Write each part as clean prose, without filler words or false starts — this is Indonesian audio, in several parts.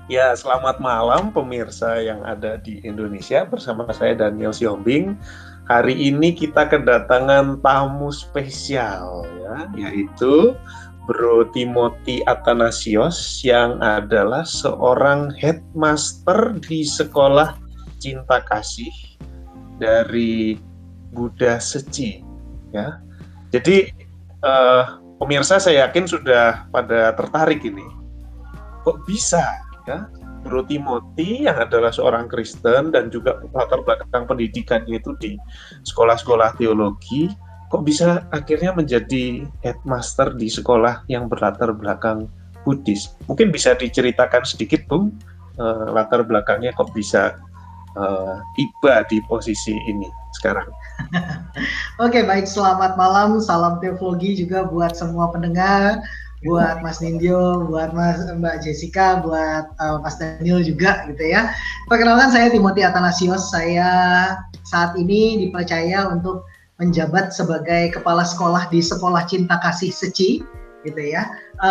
Ya, selamat malam pemirsa yang ada di Indonesia bersama saya Daniel Siombing. Hari ini kita kedatangan tamu spesial ya, yaitu Bro Timothy Athanasios yang adalah seorang headmaster di sekolah Cinta Kasih dari Buddha Seci ya. Jadi pemirsa saya yakin sudah pada tertarik ini. Kok bisa ya Bro Timothy yang adalah seorang Kristen dan juga latar belakang pendidikannya itu di sekolah-sekolah teologi, kok bisa akhirnya menjadi headmaster di sekolah yang berlatar belakang Buddhis? Mungkin bisa diceritakan sedikit, Bung, latar belakangnya kok bisa tiba di posisi ini sekarang. Oke, baik. Selamat malam. Salam teologi juga buat semua pendengar, buat Mas Nindyo, buat Mbak Jessica, buat Mas Daniel juga gitu ya. Perkenalkan, saya Timothy Athanasios. Saya saat ini dipercaya untuk menjabat sebagai kepala sekolah di Sekolah Cinta Kasih Seci gitu ya.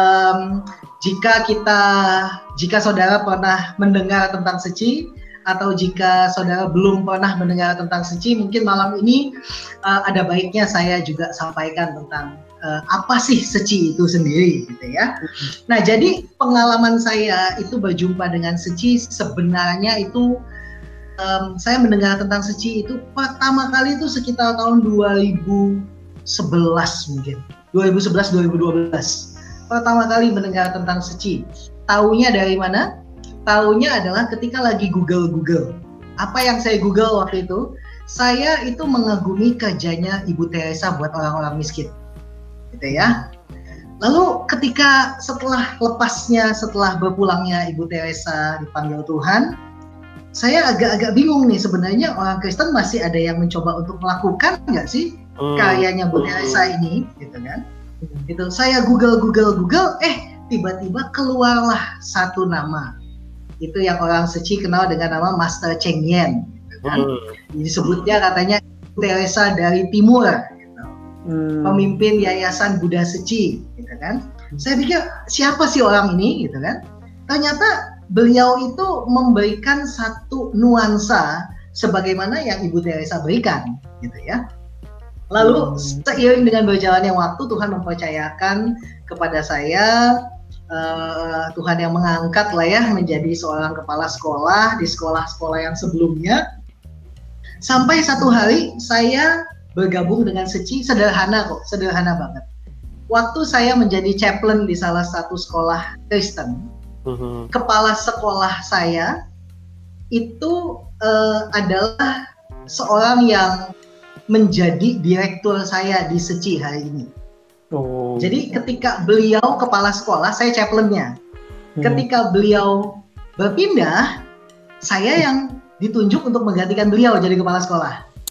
Jika saudara pernah mendengar tentang Seci, atau jika saudara belum pernah mendengar tentang Seci, mungkin malam ini ada baiknya saya juga sampaikan tentang apa sih Seci itu sendiri gitu ya. Nah, jadi pengalaman saya itu berjumpa dengan Seci sebenarnya itu saya mendengar tentang Seci itu pertama kali itu sekitar tahun 2011 mungkin. 2011-2012. Pertama kali mendengar tentang Seci. Taunya dari mana? Taunya adalah ketika lagi Google. Apa yang saya Google waktu itu? Saya itu mengagumi kerjanya Ibu Teresa buat orang-orang miskin, gitu ya. Lalu ketika setelah berpulangnya Ibu Teresa dipanggil Tuhan, saya agak-agak bingung nih, sebenarnya orang Kristen masih ada yang mencoba untuk melakukan nggak sih karyanya Bu Teresa ini, gitu kan? Gitu. Saya Google, tiba-tiba keluarlah satu nama. Itu yang orang Seci kenal dengan nama Master Cheng Yen, gitu kan? Disebutnya katanya Teresa dari Timur, gitu. Pemimpin Yayasan Buddha Seci, gitu kan? Saya pikir siapa sih orang ini, gitu kan? Ternyata beliau itu memberikan satu nuansa sebagaimana yang Ibu Teresa berikan, gitu ya. Lalu seiring dengan berjalannya waktu, Tuhan mempercayakan kepada saya. Tuhan yang mengangkat lah ya menjadi seorang kepala sekolah di sekolah-sekolah yang sebelumnya. Sampai satu hari saya bergabung dengan Seci, sederhana banget. Waktu saya menjadi chaplain di salah satu sekolah Kristen, kepala sekolah saya itu adalah seorang yang menjadi direktur saya di Seci hari ini. Jadi ketika beliau kepala sekolah, saya chaplainnya. Ketika beliau berpindah, saya yang ditunjuk untuk menggantikan beliau jadi kepala sekolah.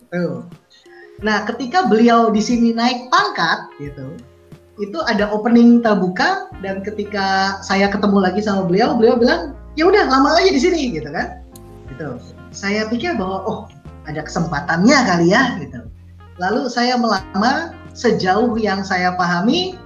Nah, ketika beliau di sini naik pangkat, gitu, itu ada opening terbuka, dan ketika saya ketemu lagi sama beliau bilang, ya udah lama aja di sini, gitu kan? Gitu. Saya pikir bahwa ada kesempatannya kali ya, gitu. Lalu saya melamar. Sejauh yang saya pahami,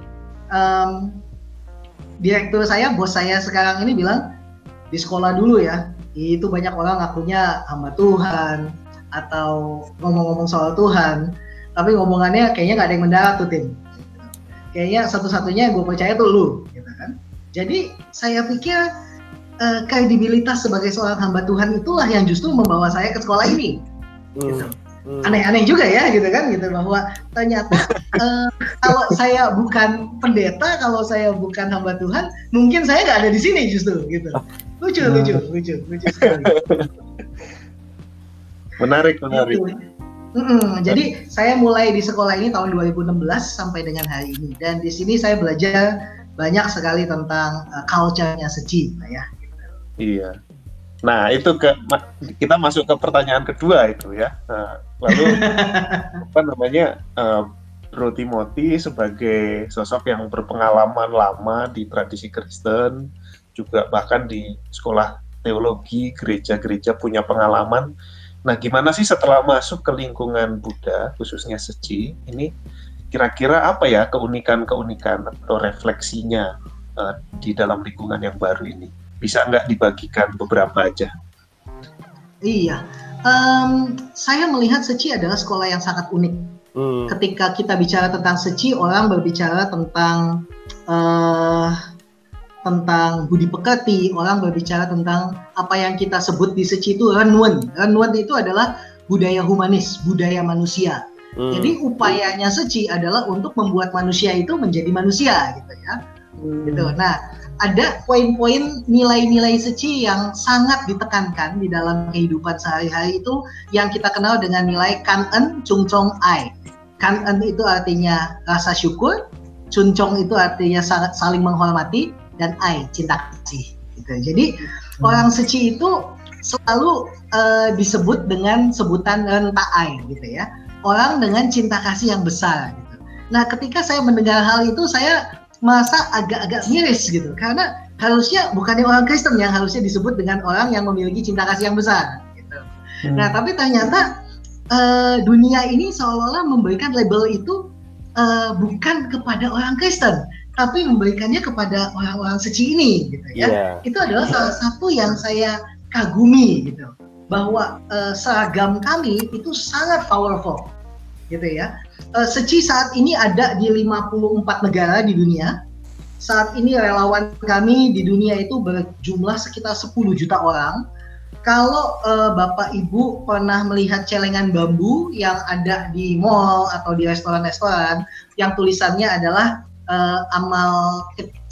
direktur saya, bos saya sekarang ini bilang, di sekolah dulu ya, itu banyak orang ngakunya hamba Tuhan, atau ngomong-ngomong soal Tuhan, tapi ngomongannya kayaknya nggak ada yang mendarat tuh, Tim. Kayaknya satu-satunya yang gue percaya tuh lu, gitu kan. Jadi saya pikir kredibilitas sebagai seorang hamba Tuhan itulah yang justru membawa saya ke sekolah ini, gitu. Aneh-aneh juga ya, gitu kan, gitu, bahwa ternyata kalau saya bukan pendeta, kalau saya bukan hamba Tuhan, mungkin saya nggak ada di sini justru, gitu. Lucu sekali. Menarik. Gitu. Jadi saya mulai di sekolah ini tahun 2016 sampai dengan hari ini, dan di sini saya belajar banyak sekali tentang culture-nya Seci, ya. Gitu. Iya. Nah, itu kita masuk ke pertanyaan kedua itu ya. Lalu apa namanya, Bro Timothy sebagai sosok yang berpengalaman lama di tradisi Kristen, juga bahkan di sekolah teologi, gereja-gereja punya pengalaman. Nah, gimana sih setelah masuk ke lingkungan Buddha, khususnya Seci, ini kira-kira apa ya keunikan-keunikan atau refleksinya di dalam lingkungan yang baru ini? Bisa nggak dibagikan beberapa aja? Iya, saya melihat Seci adalah sekolah yang sangat unik. Ketika kita bicara tentang Seci, orang berbicara tentang budi pekerti, orang berbicara tentang apa yang kita sebut di Seci itu renwen. Renwen itu adalah budaya humanis, budaya manusia. Jadi upayanya Seci adalah untuk membuat manusia itu menjadi manusia, gitu ya. Gitu. Nah, ada poin-poin nilai-nilai Seci yang sangat ditekankan di dalam kehidupan sehari-hari itu yang kita kenal dengan nilai Kan'en, Chungchong, Ai. Kan'en itu artinya rasa syukur, Chungchong itu artinya saling menghormati, dan Ai, cinta kasih. Gitu. Jadi orang Seci itu selalu disebut dengan sebutan Renta Ai, gitu ya. Orang dengan cinta kasih yang besar. Gitu. Nah, ketika saya mendengar hal itu, saya merasa agak-agak miris gitu, karena harusnya bukannya orang Kristen yang harusnya disebut dengan orang yang memiliki cinta kasih yang besar gitu. Nah, tapi ternyata dunia ini seolah-olah memberikan label itu bukan kepada orang Kristen, tapi memberikannya kepada orang-orang Seci ini gitu ya. Itu adalah salah satu yang saya kagumi gitu, bahwa seragam kami itu sangat powerful gitu ya. Seci saat ini ada di 54 negara di dunia. Saat ini relawan kami di dunia itu berjumlah sekitar 10 juta orang. Kalau Bapak Ibu pernah melihat celengan bambu yang ada di mall atau di restoran-restoran, yang tulisannya adalah amal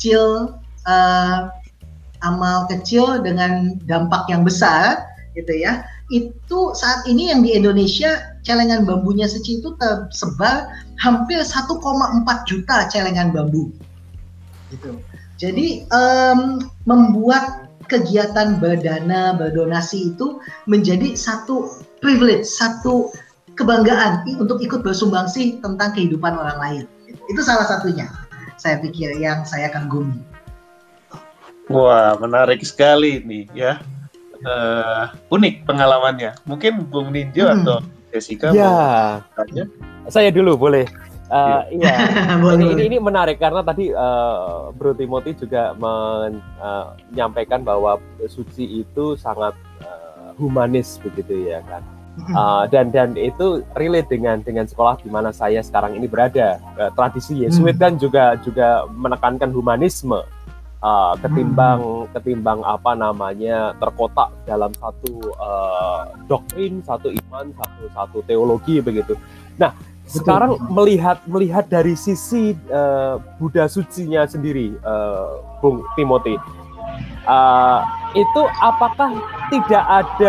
kecil dengan dampak yang besar gitu ya. Itu saat ini yang di Indonesia celengan bambunya Seci itu tersebar hampir 1,4 juta celengan bambu gitu. Jadi membuat kegiatan berdonasi itu menjadi satu privilege, satu kebanggaan untuk ikut bersumbangsi tentang kehidupan orang lain. Itu salah satunya saya pikir yang saya kagumi. Wah, menarik sekali nih ya. Unik pengalamannya. Mungkin Bung Ninjo atau Jessica mau tanya? Saya dulu boleh. Iya, ini menarik karena tadi Bro Timothy juga menyampaikan bahwa Suci itu sangat humanis begitu ya kan. Dan itu relate dengan sekolah di mana saya sekarang ini berada. Tradisi Yesuit kan juga menekankan humanisme. Ketimbang apa namanya terkotak dalam satu doktrin, satu iman, satu teologi begitu. Nah, sekarang melihat dari sisi Buddha Sucinya sendiri, Bung Timothy, itu apakah tidak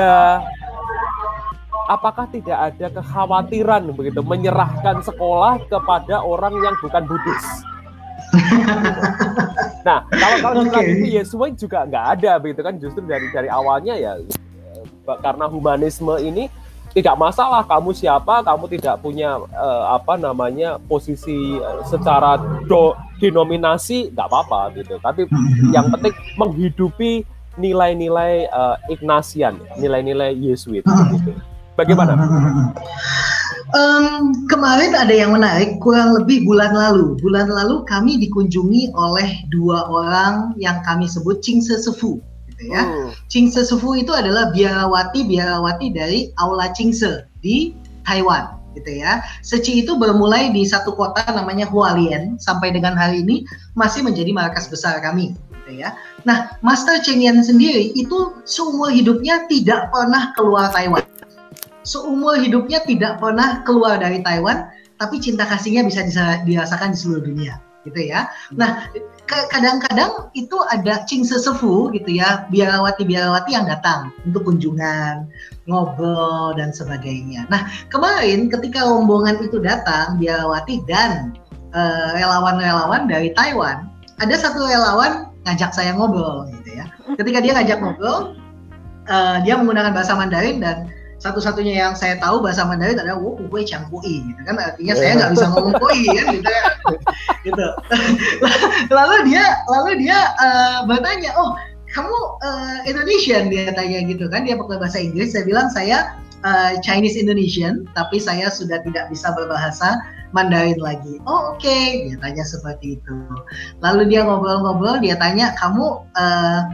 ada kekhawatiran begitu menyerahkan sekolah kepada orang yang bukan Buddhis? Nah, kalau tradisi Yesuit juga nggak ada begitu kan, justru dari awalnya ya karena humanisme ini tidak masalah kamu siapa, kamu tidak punya posisi secara denominasi, nggak apa-apa gitu. Tapi yang penting menghidupi nilai-nilai Ignatian, nilai-nilai Yesuit gitu. Bagaimana? Kemarin ada yang menarik, kurang lebih bulan lalu kami dikunjungi oleh dua orang yang kami sebut Chingse Sefu gitu ya. Chingse Sefu itu adalah biarawati dari Aula Chingse di Taiwan gitu ya. Seci itu bermulai di satu kota namanya Hualien, sampai dengan hari ini masih menjadi markas besar kami gitu ya. Nah, Master Cheng Yen sendiri itu seumur hidupnya tidak pernah keluar Taiwan. Seumur hidupnya tidak pernah keluar dari Taiwan, tapi cinta kasihnya bisa dirasakan di seluruh dunia, gitu ya. Nah, kadang-kadang itu ada Chingse Sefu, gitu ya, biarawati yang datang untuk kunjungan, ngobrol dan sebagainya. Nah, kemarin ketika rombongan itu datang, biarawati dan relawan-relawan dari Taiwan, ada satu relawan ngajak saya ngobrol, gitu ya. Ketika dia ngajak ngobrol, dia menggunakan bahasa Mandarin dan satu-satunya yang saya tahu bahasa Mandarin adalah Wukui Changpui gitu kan, artinya saya nggak bisa ngomong Kui kan gitu ya. Gitu. Lalu dia bertanya, "Oh, kamu Indonesian?" dia tanya gitu kan, dia pakai bahasa Inggris. Saya bilang saya Chinese Indonesian, tapi saya sudah tidak bisa berbahasa Mandarin lagi. "Oh, oke." Dia tanya seperti itu. Lalu dia ngobrol-ngobrol, dia tanya, "Kamu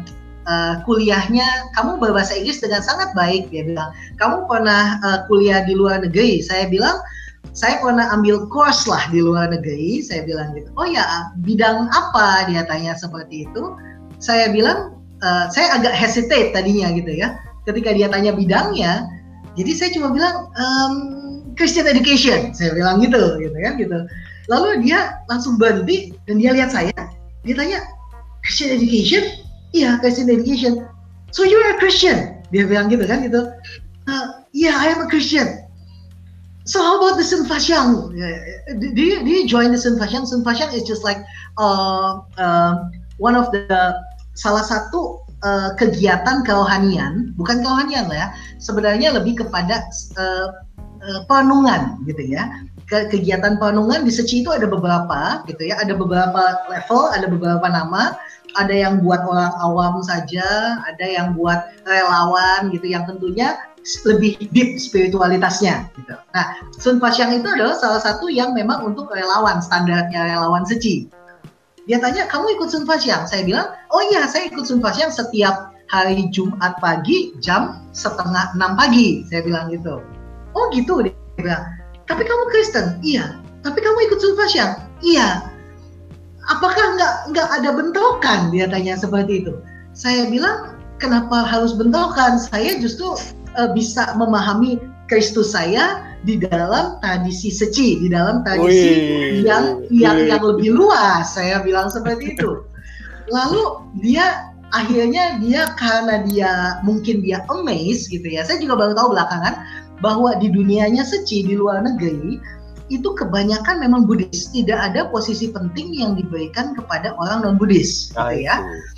kuliahnya kamu berbahasa Inggris dengan sangat baik, dia bilang. Kamu pernah kuliah di luar negeri? Saya bilang, saya pernah ambil course lah di luar negeri, saya bilang gitu. Oh ya, bidang apa? Dia tanya seperti itu. Saya bilang, saya agak hesitate tadinya gitu ya. Ketika dia tanya bidangnya, jadi saya cuma bilang, Christian education, saya bilang gitu kan gitu. Lalu dia langsung berhenti dan dia lihat saya, dia tanya, Christian education? Iya, Christian education. So you're a Christian? Dia bilang gitu kan gitu. Yeah, I am a Christian. So how about the Sun Fasyang? Do you join the Sun Fasyang? Sun Fasyang is just like one of the salah satu kegiatan kerohanian, bukan kerohanian lah ya. Sebenarnya lebih kepada perenungan gitu ya. Kegiatan perenungan di Seci itu ada beberapa gitu ya, ada beberapa level, ada beberapa nama. Ada yang buat orang awam saja, ada yang buat relawan gitu, yang tentunya lebih deep spiritualitasnya gitu. Nah, Sun Fasyang itu adalah salah satu yang memang untuk relawan, standarnya relawan Seci. Dia tanya, kamu ikut Sun Fasyang? Saya bilang, oh iya, saya ikut Sun Fasyang setiap hari Jumat pagi jam 5:30 pagi. Saya bilang gitu. Oh gitu, dia bilang. Tapi kamu Kristen? Iya. Tapi kamu ikut Sun Fasyang? Iya. Apakah nggak ada bentrokan? Dia tanya seperti itu. Saya bilang, kenapa harus bentrokan? Saya justru bisa memahami Kristus saya di dalam tradisi Seci, di dalam tradisi yang lebih luas. Saya bilang seperti itu. Lalu akhirnya karena mungkin dia amazed gitu ya. Saya juga baru tahu belakangan bahwa di dunianya Seci di luar negeri itu kebanyakan memang Buddhis, tidak ada posisi penting yang diberikan kepada orang non-Buddhis, gitu ya.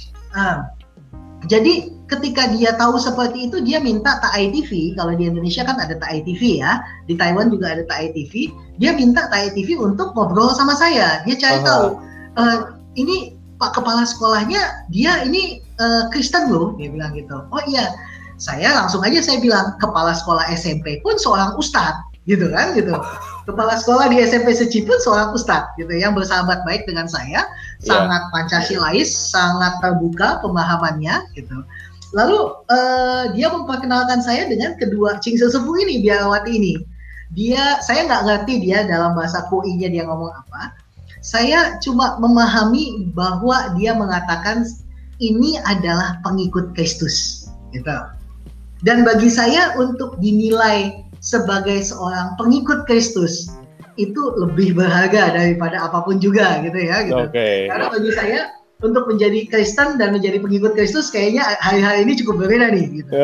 Jadi ketika dia tahu seperti itu, dia minta Ta'ai TV. Kalau di Indonesia kan ada Ta'ai TV ya, di Taiwan juga ada Ta'ai TV. Dia minta Ta'ai TV untuk ngobrol sama saya. Dia cari tahu, ini Pak Kepala Sekolahnya, dia ini Kristen loh, dia bilang gitu. Oh iya, saya bilang, Kepala Sekolah SMP pun seorang ustadz, gitu kan, gitu. Kepala sekolah di SMP Seci pun seorang ustadz gitu yang bersahabat baik dengan saya, sangat Pancasilais, sangat terbuka pemahamannya gitu. Lalu dia memperkenalkan saya dengan kedua Cing Sesepuh ini, biarawati ini. Saya nggak ngerti dia dalam bahasa Koi-nya dia ngomong apa. Saya cuma memahami bahwa dia mengatakan ini adalah pengikut Kristus gitu. Dan bagi saya untuk dinilai sebagai seorang pengikut Kristus itu lebih berharga daripada apapun juga gitu ya gitu. Karena bagi saya untuk menjadi Kristen dan menjadi pengikut Kristus kayaknya hari-hari ini cukup berbeda nih gitu.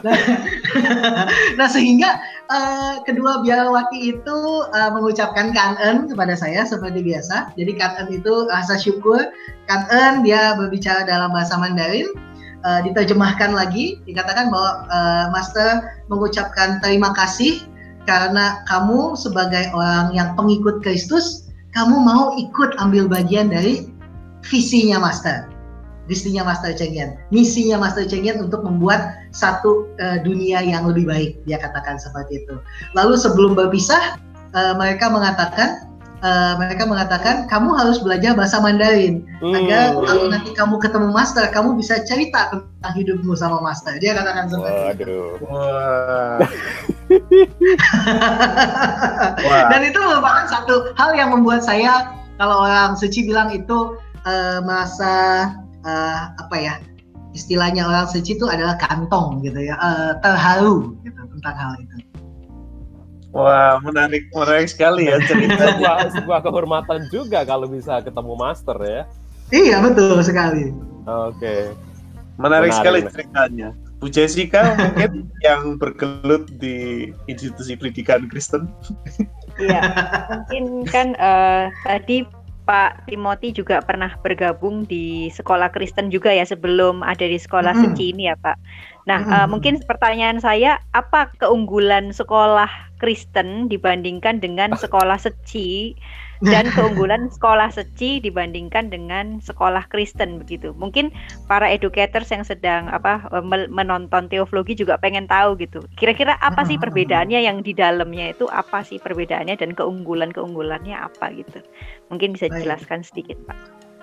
Nah sehingga kedua biarawati itu mengucapkan kangen kepada saya seperti biasa. Jadi kangen itu rasa syukur. Kangen dia berbicara dalam bahasa Mandarin. Diterjemahkan lagi, dikatakan bahwa Master mengucapkan terima kasih karena kamu sebagai orang yang pengikut Kristus, kamu mau ikut ambil bagian dari visinya Master Cheng Yen, misinya Master Cheng Yen untuk membuat satu dunia yang lebih baik, dia katakan seperti itu. Lalu sebelum berpisah, mereka mengatakan kamu harus belajar bahasa Mandarin agar kalau nanti kamu ketemu Master, kamu bisa cerita tentang hidupmu sama Master. Dia katakan seperti itu. Dan itu merupakan satu hal yang membuat saya, kalau orang Seci bilang itu merasa istilahnya orang Seci itu adalah kantong gitu ya, terharu gitu tentang hal itu. Wah, menarik sekali ya cerita. sebuah kehormatan juga kalau bisa ketemu Master ya. Iya, betul sekali. Oke. Menarik sekali ceritanya. Bu Jessica mungkin yang bergelut di institusi pendidikan Kristen. Iya, mungkin kan tadi Pak Timothy juga pernah bergabung di sekolah Kristen juga ya sebelum ada di sekolah Seci ini ya Pak. Nah, mungkin pertanyaan saya, apa keunggulan sekolah Kristen dibandingkan dengan sekolah Seci dan keunggulan sekolah Seci dibandingkan dengan sekolah Kristen begitu? Mungkin para educators yang sedang menonton teologi juga pengen tahu gitu. Kira-kira apa sih perbedaannya yang di dalamnya itu, apa sih perbedaannya dan keunggulannya apa gitu? Mungkin bisa dijelaskan sedikit Pak.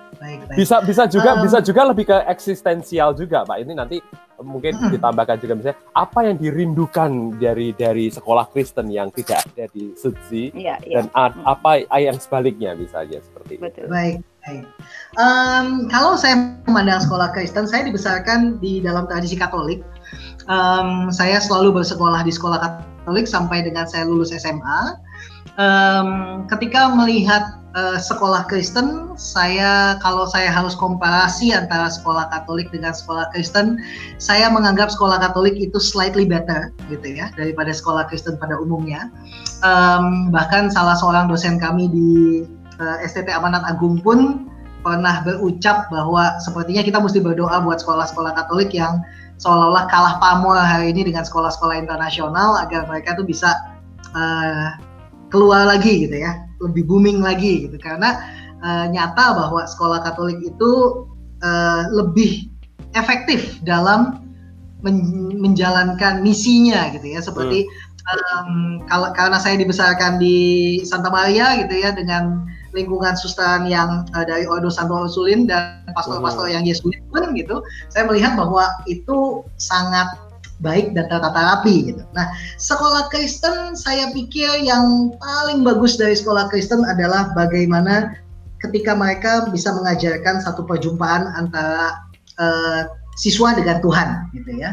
Bisa juga lebih ke eksistensial juga, Pak. Ini nanti mungkin ditambahkan juga misalnya apa yang dirindukan dari sekolah Kristen yang tidak ada di Suci, dan apa yang sebaliknya misalnya seperti itu. Baik. Kalau saya memandang sekolah Kristen, saya dibesarkan di dalam tradisi Katolik. Saya selalu bersekolah di sekolah Katolik sampai dengan saya lulus SMA. Ketika melihat sekolah Kristen, kalau saya harus komparasi antara sekolah Katolik dengan sekolah Kristen, saya menganggap sekolah Katolik itu slightly better gitu ya daripada sekolah Kristen pada umumnya. Bahkan salah seorang dosen kami di STT Amanat Agung pun pernah berucap bahwa sepertinya kita mesti berdoa buat sekolah-sekolah Katolik yang seolah-olah kalah pamor hari ini dengan sekolah-sekolah internasional agar mereka tuh bisa keluar lagi gitu ya, lebih booming lagi gitu, karena nyata bahwa sekolah Katolik itu lebih efektif dalam menjalankan misinya gitu ya, seperti karena saya dibesarkan di Santa Maria gitu ya, dengan lingkungan susteran yang dari Ordo Santo Ursulin dan pastor-pastor yang Yesuit pun gitu, saya melihat bahwa itu sangat baik dan tertata rapi gitu. Nah, sekolah Kristen saya pikir yang paling bagus dari sekolah Kristen adalah bagaimana ketika mereka bisa mengajarkan satu perjumpaan antara siswa dengan Tuhan gitu ya.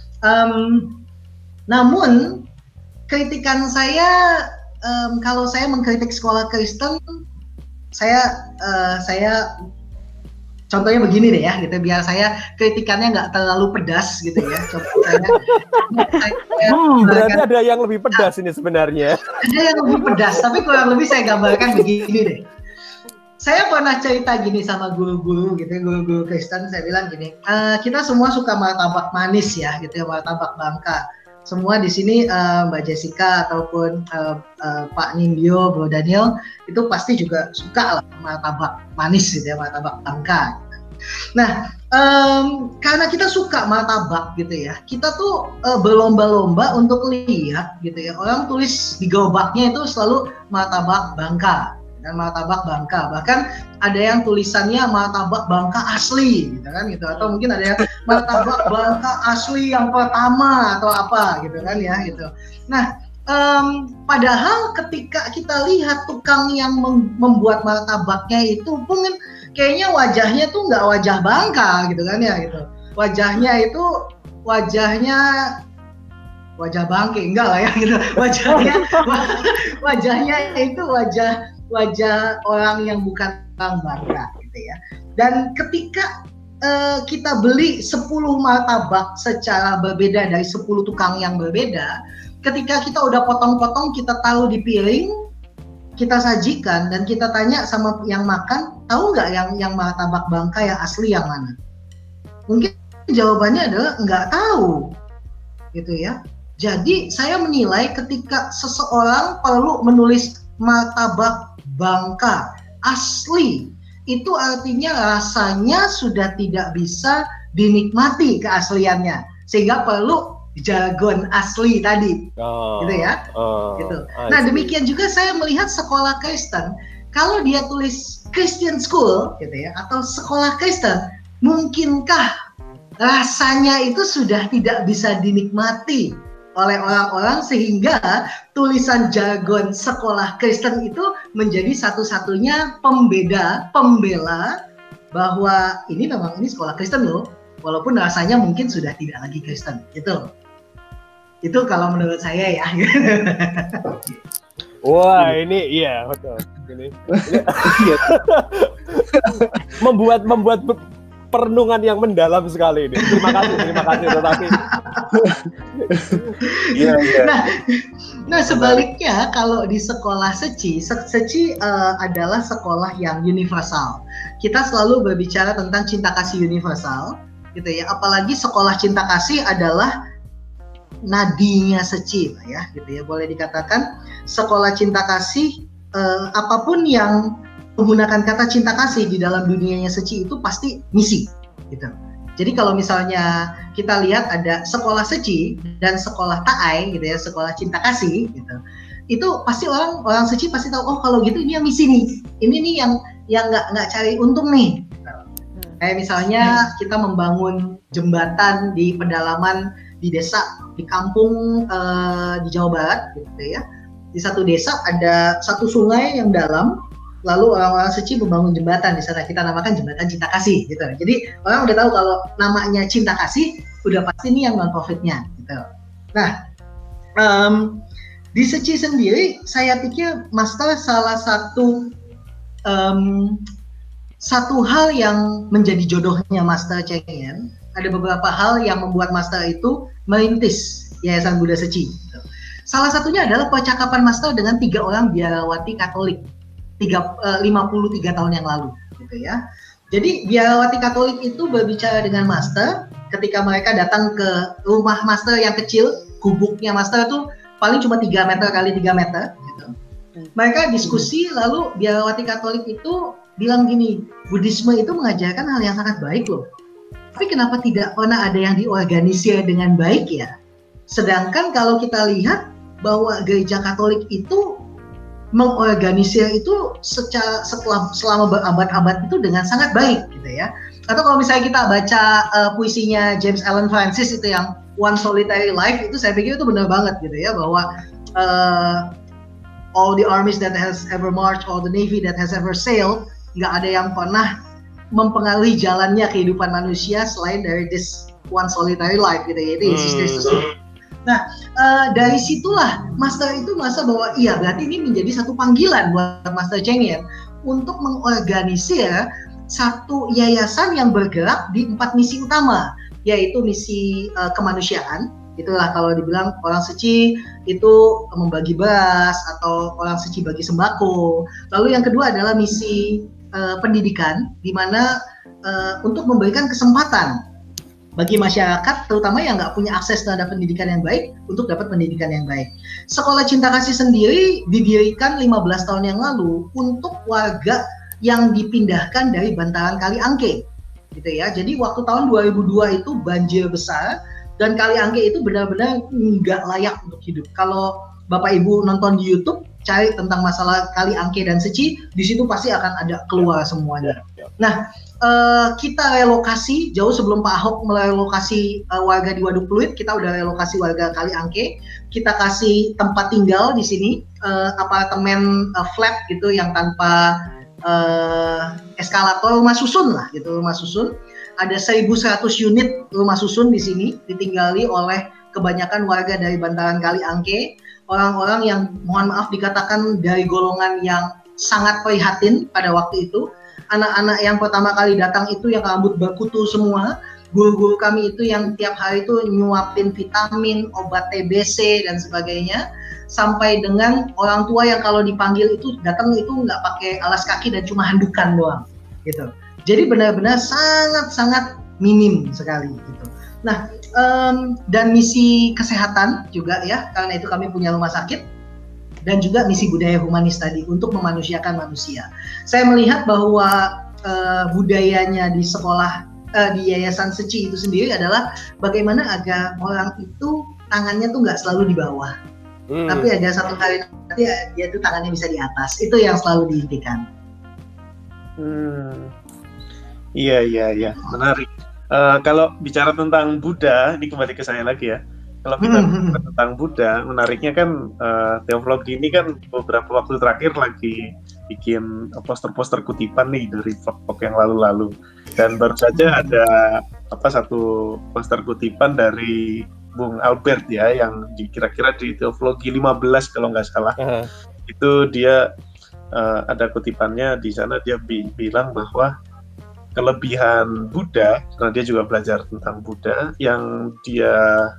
Namun kritikan saya, kalau saya mengkritik sekolah Kristen, saya contohnya begini deh ya, gitu, biar saya kritikannya nggak terlalu pedas gitu ya. Berarti ada yang lebih pedas ini sebenarnya. Ada yang lebih pedas, tapi kurang lebih saya gambarkan begini deh. Saya pernah cerita gini sama guru-guru gitu, guru-guru Kristen, saya bilang gini, kita semua suka martabak manis ya, gitu ya, martabak bangka. Semua di sini Mbak Jessica ataupun Pak Nindyo, Bro Daniel itu pasti juga suka lah martabak manis gitu ya, martabak bangka. Nah, karena kita suka martabak gitu ya, kita tuh berlomba-lomba untuk lihat gitu ya, orang tulis di gerobaknya itu selalu martabak bangka dan martabak bangka, bahkan ada yang tulisannya martabak bangka asli gitu kan gitu, atau mungkin ada yang martabak bangka asli yang pertama atau apa gitu kan ya gitu. Nah, padahal ketika kita lihat tukang yang membuat martabaknya itu pun kayaknya wajahnya tuh nggak wajah bangka gitu kan ya gitu, wajahnya itu wajah bangke, enggak lah ya gitu, wajahnya itu wajah orang yang bukan orang bangka gitu ya. Dan ketika kita beli 10 martabak secara berbeda dari 10 tukang yang berbeda, ketika kita udah potong-potong, kita taruh di piring, kita sajikan dan kita tanya sama yang makan, tahu nggak yang martabak bangka yang asli yang mana? Mungkin jawabannya adalah nggak tahu gitu ya. Jadi saya menilai ketika seseorang perlu menulis martabak bangka asli, itu artinya rasanya sudah tidak bisa dinikmati keasliannya, sehingga perlu jargon asli tadi, gitu ya. Gitu. Nah, demikian juga saya melihat sekolah Kristen, kalau dia tulis Christian School, gitu ya, atau sekolah Kristen, mungkinkah rasanya itu sudah tidak bisa dinikmati oleh orang-orang sehingga tulisan jargon sekolah Kristen itu menjadi satu-satunya pembela bahwa ini sekolah Kristen loh, walaupun rasanya mungkin sudah tidak lagi Kristen gitu. Itu kalau menurut saya ya. Wah, ini iya betul. Ini membuat perenungan yang mendalam sekali ini. Terima kasih tetapi Nah, sebaliknya kalau di sekolah Seci adalah sekolah yang universal. Kita selalu berbicara tentang cinta kasih universal, gitu ya. Apalagi sekolah cinta kasih adalah nadinya Seci, ya, gitu ya. Boleh dikatakan sekolah cinta kasih, apapun yang menggunakan kata cinta kasih di dalam dunianya Seci itu pasti misi, gitu. Jadi kalau misalnya kita lihat ada sekolah Seci dan sekolah Taai, gitu ya, sekolah cinta kasih, gitu, itu pasti orang Seci pasti tahu, oh kalau gitu ini yang misi nih, ini nih yang nggak cari untung nih. Kayak misalnya kita membangun jembatan di pedalaman di desa, di kampung di Jawa Barat gitu ya. Di satu desa ada satu sungai yang dalam, lalu orang-orang suci membangun jembatan di sana, kita namakan jembatan cinta kasih gitu. Jadi orang udah tahu kalau namanya cinta kasih, udah pasti nih yang non profitnya gitu. Nah, di Seci sendiri saya pikir Master salah satu hal yang menjadi jodohnya Master Cheng Yen, ada beberapa hal yang membuat Master itu merintis Yayasan Buddha Seci gitu. Salah satunya adalah percakapan Master dengan 3 orang biarawati Katolik 53 tahun yang lalu gitu ya. Jadi biarawati Katolik itu berbicara dengan Master ketika mereka datang ke rumah Master yang kecil, gubuknya Master itu paling cuma 3 meter kali 3 meter gitu. Mereka diskusi, lalu biarawati Katolik itu bilang gini, Buddhisme itu mengajarkan hal yang sangat baik loh. Tapi kenapa tidak pernah ada yang diorganisir dengan baik ya? Sedangkan kalau kita lihat bahwa gereja Katolik itu mengorganisir itu selama berabad-abad itu dengan sangat baik gitu ya. Atau kalau misalnya kita baca puisinya James Allen Francis itu yang One Solitary Life, itu saya pikir itu benar banget gitu ya, bahwa all the armies that has ever marched, all the navy that has ever sailed, nggak ada yang pernah mempengaruhi jalannya kehidupan manusia selain dari this one solitary life gitu ya, itu Yesus Kristus. Nah, dari situlah Master itu merasa bahwa iya, berarti ini menjadi satu panggilan buat Master Cheng Yen untuk mengorganisir satu yayasan yang bergerak di 4 misi utama, yaitu misi kemanusiaan. Itulah kalau dibilang orang suci itu membagi beras atau orang suci bagi sembako. Lalu yang kedua adalah misi pendidikan, di mana untuk memberikan kesempatan bagi masyarakat, terutama yang nggak punya akses terhadap pendidikan yang baik, untuk dapat pendidikan yang baik. Sekolah Cinta Kasih sendiri didirikan 15 tahun yang lalu untuk warga yang dipindahkan dari bantaran Kali Angke, gitu ya. Jadi waktu tahun 2002 itu banjir besar, dan Kali Angke itu benar-benar nggak layak untuk hidup. Kalau Bapak Ibu nonton di YouTube, cari tentang masalah Kali Angke dan Seci, di situ pasti akan ada keluar semuanya. Nah, kita relokasi jauh sebelum Pak Ahok merelokasi warga di Waduk Pluit, kita udah relokasi warga Kali Angke. Kita kasih tempat tinggal di sini, apartemen flat gitu yang tanpa eskalator, rumah susun lah gitu, rumah susun. Ada 1.100 unit rumah susun di sini, ditinggali oleh kebanyakan warga dari bantaran Kali Angke, orang-orang yang mohon maaf dikatakan dari golongan yang sangat prihatin pada waktu itu. Anak-anak yang pertama kali datang itu yang rambut berkutu semua, guru-guru kami itu yang tiap hari itu nyuapin vitamin, obat TBC dan sebagainya, sampai dengan orang tua yang kalau dipanggil itu datang itu nggak pakai alas kaki dan cuma handukan doang, gitu. Jadi benar-benar sangat-sangat minim sekali, gitu. Nah, dan misi kesehatan juga ya, karena itu kami punya rumah sakit, dan juga misi budaya humanis tadi untuk memanusiakan manusia. Saya melihat bahwa budayanya di sekolah, di Yayasan Seci itu sendiri adalah bagaimana agar orang itu tangannya tuh nggak selalu di bawah, tapi ada satu hari nanti dia tuh tangannya bisa di atas. Itu yang selalu diinginkan. Iya, menarik. Kalau bicara tentang Buddha, ini kembali ke saya lagi ya. Kalau kita bicara tentang Buddha, menariknya kan Teoflogi ini kan beberapa waktu terakhir lagi bikin poster-poster kutipan nih dari vlog yang lalu-lalu. Dan baru saja ada satu poster kutipan dari Bung Albert ya, yang kira-kira di Teoflogi 15 kalau nggak salah. Itu dia ada kutipannya di sana, dia bilang bahwa kelebihan Buddha, karena dia juga belajar tentang Buddha, yang dia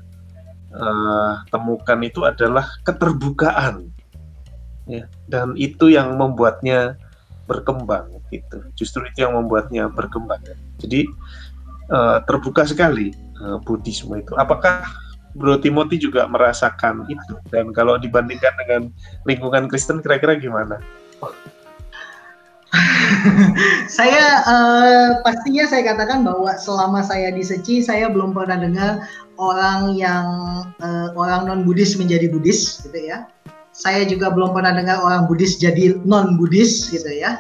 temukan itu adalah keterbukaan, ya, dan itu yang membuatnya berkembang, gitu. Justru itu yang membuatnya berkembang. Jadi terbuka sekali Buddhisme itu. Apakah Bro Timothy juga merasakan itu? Dan kalau dibandingkan dengan lingkungan Kristen, kira-kira gimana? Saya pastinya saya katakan bahwa selama saya di Seci, saya belum pernah dengar orang non Buddhis menjadi Buddhis gitu ya. Saya juga belum pernah dengar orang Buddhis jadi non Buddhis gitu ya.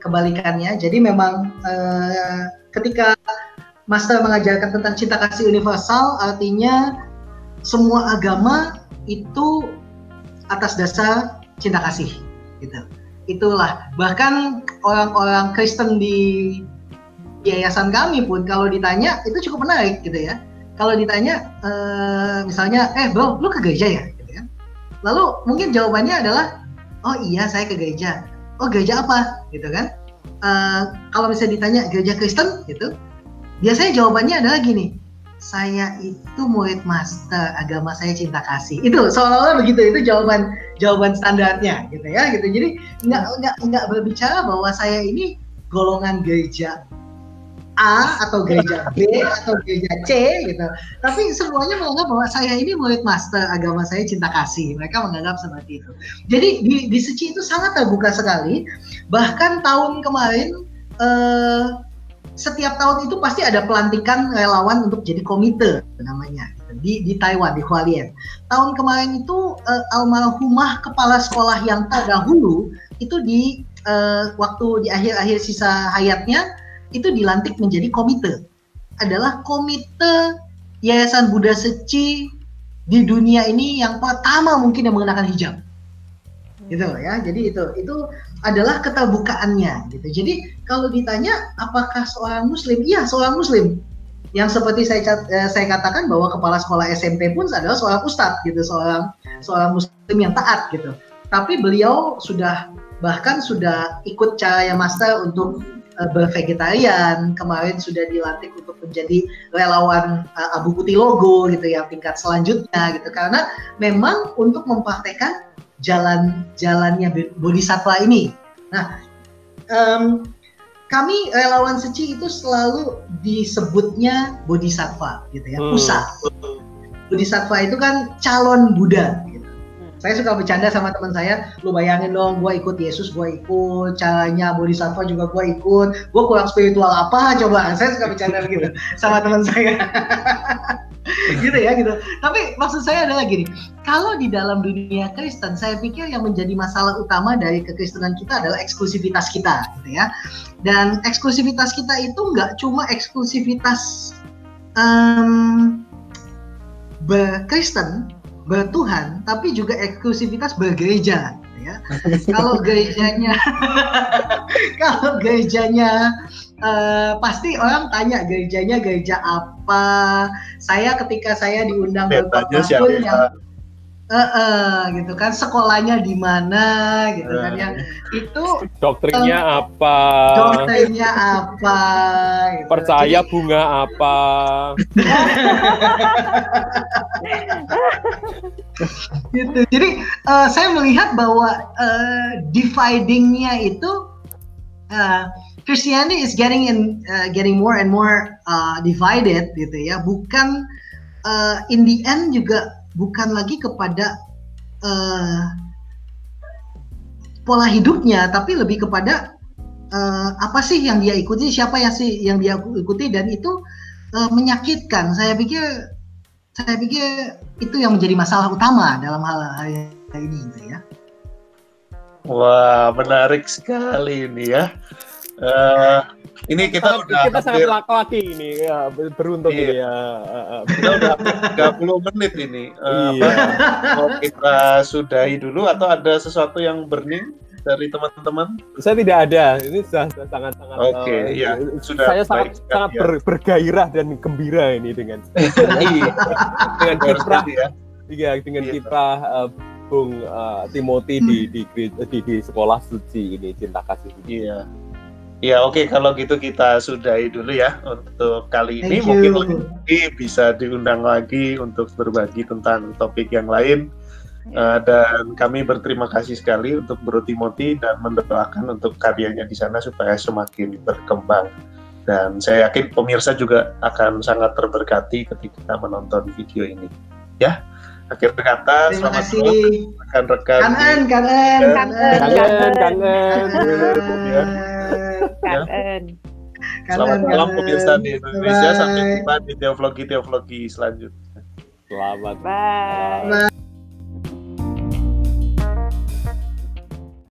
kebalikannya. Jadi memang ketika Master mengajarkan tentang cinta kasih universal, artinya semua agama itu atas dasar cinta kasih, gitu. Itulah, bahkan orang-orang Kristen di yayasan kami pun kalau ditanya itu cukup menarik, gitu ya. Kalau ditanya, misalnya, bro, lu ke gereja ya? Gitu ya. Lalu mungkin jawabannya adalah, oh iya saya ke gereja. Oh gereja apa? Gitu kan? Kalau misalnya ditanya gereja Kristen, gitu. Biasanya jawabannya adalah gini, saya itu murid Master, agama saya cinta kasih. Itu seolah-olah begitu, itu jawaban standarnya, gitu ya, gitu. Jadi nggak berbicara bahwa saya ini golongan gereja A atau gereja B atau gereja C, gitu. Tapi semuanya menganggap bahwa saya ini murid Master, agama saya cinta kasih. Mereka menganggap seperti itu. Jadi di Seci itu sangat terbuka sekali. Bahkan tahun kemarin setiap tahun itu pasti ada pelantikan relawan untuk jadi komite namanya di Taiwan, di Hualien. Tahun kemarin itu almarhumah kepala sekolah yang terdahulu itu waktu di akhir-akhir sisa hayatnya itu dilantik menjadi komite. Adalah komite Yayasan Buddha Seci di dunia ini yang pertama mungkin yang menggunakan hijab. Gitu ya. Jadi itu adalah keterbukaannya gitu. Jadi kalau ditanya apakah seorang muslim? Iya, seorang muslim. Yang seperti saya katakan bahwa kepala sekolah SMP pun adalah seorang ustadz gitu, seorang muslim yang taat gitu. Tapi beliau bahkan sudah ikut caranya Master untuk bervegetarian. Kemarin sudah dilantik untuk menjadi relawan Abu Putih Logo gitu yang tingkat selanjutnya gitu. Karena memang untuk mempraktekkan jalannya bodhisattva ini. Nah, kami relawan Seci itu selalu disebutnya bodhisattva, gitu ya, Usa. Bodhisattva itu kan calon Buddha. Gitu. Saya suka bercanda sama teman saya, lu bayangin dong, gue ikut Yesus, gue ikut, caranya bodhisattva juga gue ikut, gue kurang spiritual apa coba? Saya suka bercanda begitu sama teman saya. Gitu ya gitu. Tapi maksud saya adalah gini, kalau di dalam dunia Kristen, saya pikir yang menjadi masalah utama dari kekristenan kita adalah eksklusivitas kita, gitu ya. Dan eksklusivitas kita itu nggak cuma eksklusivitas berkristen, bertuhan, tapi juga eksklusivitas bergereja, gitu ya. Kalau gerejanya pasti orang tanya gerejanya gereja apa. Saya ketika saya diundang berpapapun yang gitu kan, sekolahnya di mana gitu kan, yang itu doktrinnya apa gitu. Percaya jadi, bunga apa gitu. Jadi saya melihat bahwa dividingnya itu Christianity is getting more and more divided gitu ya. Bukan in the end juga bukan lagi kepada pola hidupnya, tapi lebih kepada apa sih yang dia ikuti, siapa yang dia ikuti, dan itu menyakitkan. Saya pikir itu yang menjadi masalah utama dalam hal ini gitu ya. Wah, menarik sekali ini ya. Ini kita sangat laki-laki ini ya, beruntung ini ya. Kita udah 30 menit ini. Mau kita sudahi dulu atau ada sesuatu yang burning dari teman-teman? Saya tidak ada. Ini sudah sangat-sangat. Oke, ya. Sudah. Saya sangat bergairah dan gembira ini dengan kiprah. Iya, dengan kiprah Bung Timothy di sekolah suci ini, cinta kasih. Iya. Ya oke, kalau gitu kita sudahi dulu ya untuk kali ini. Mungkin lagi bisa diundang lagi untuk berbagi tentang topik yang lain. Dan kami berterima kasih sekali untuk Bro Timothy dan mendoakan untuk karyanya di sana supaya semakin berkembang. Dan saya yakin pemirsa juga akan sangat terberkati ketika menonton video ini. Ya, akhir kata, selamat malam rekan-rekan. Kangen. Selamat malam pemirsa di Indonesia. Sampai jumpa di teologi selanjutnya. Selamat. Bye.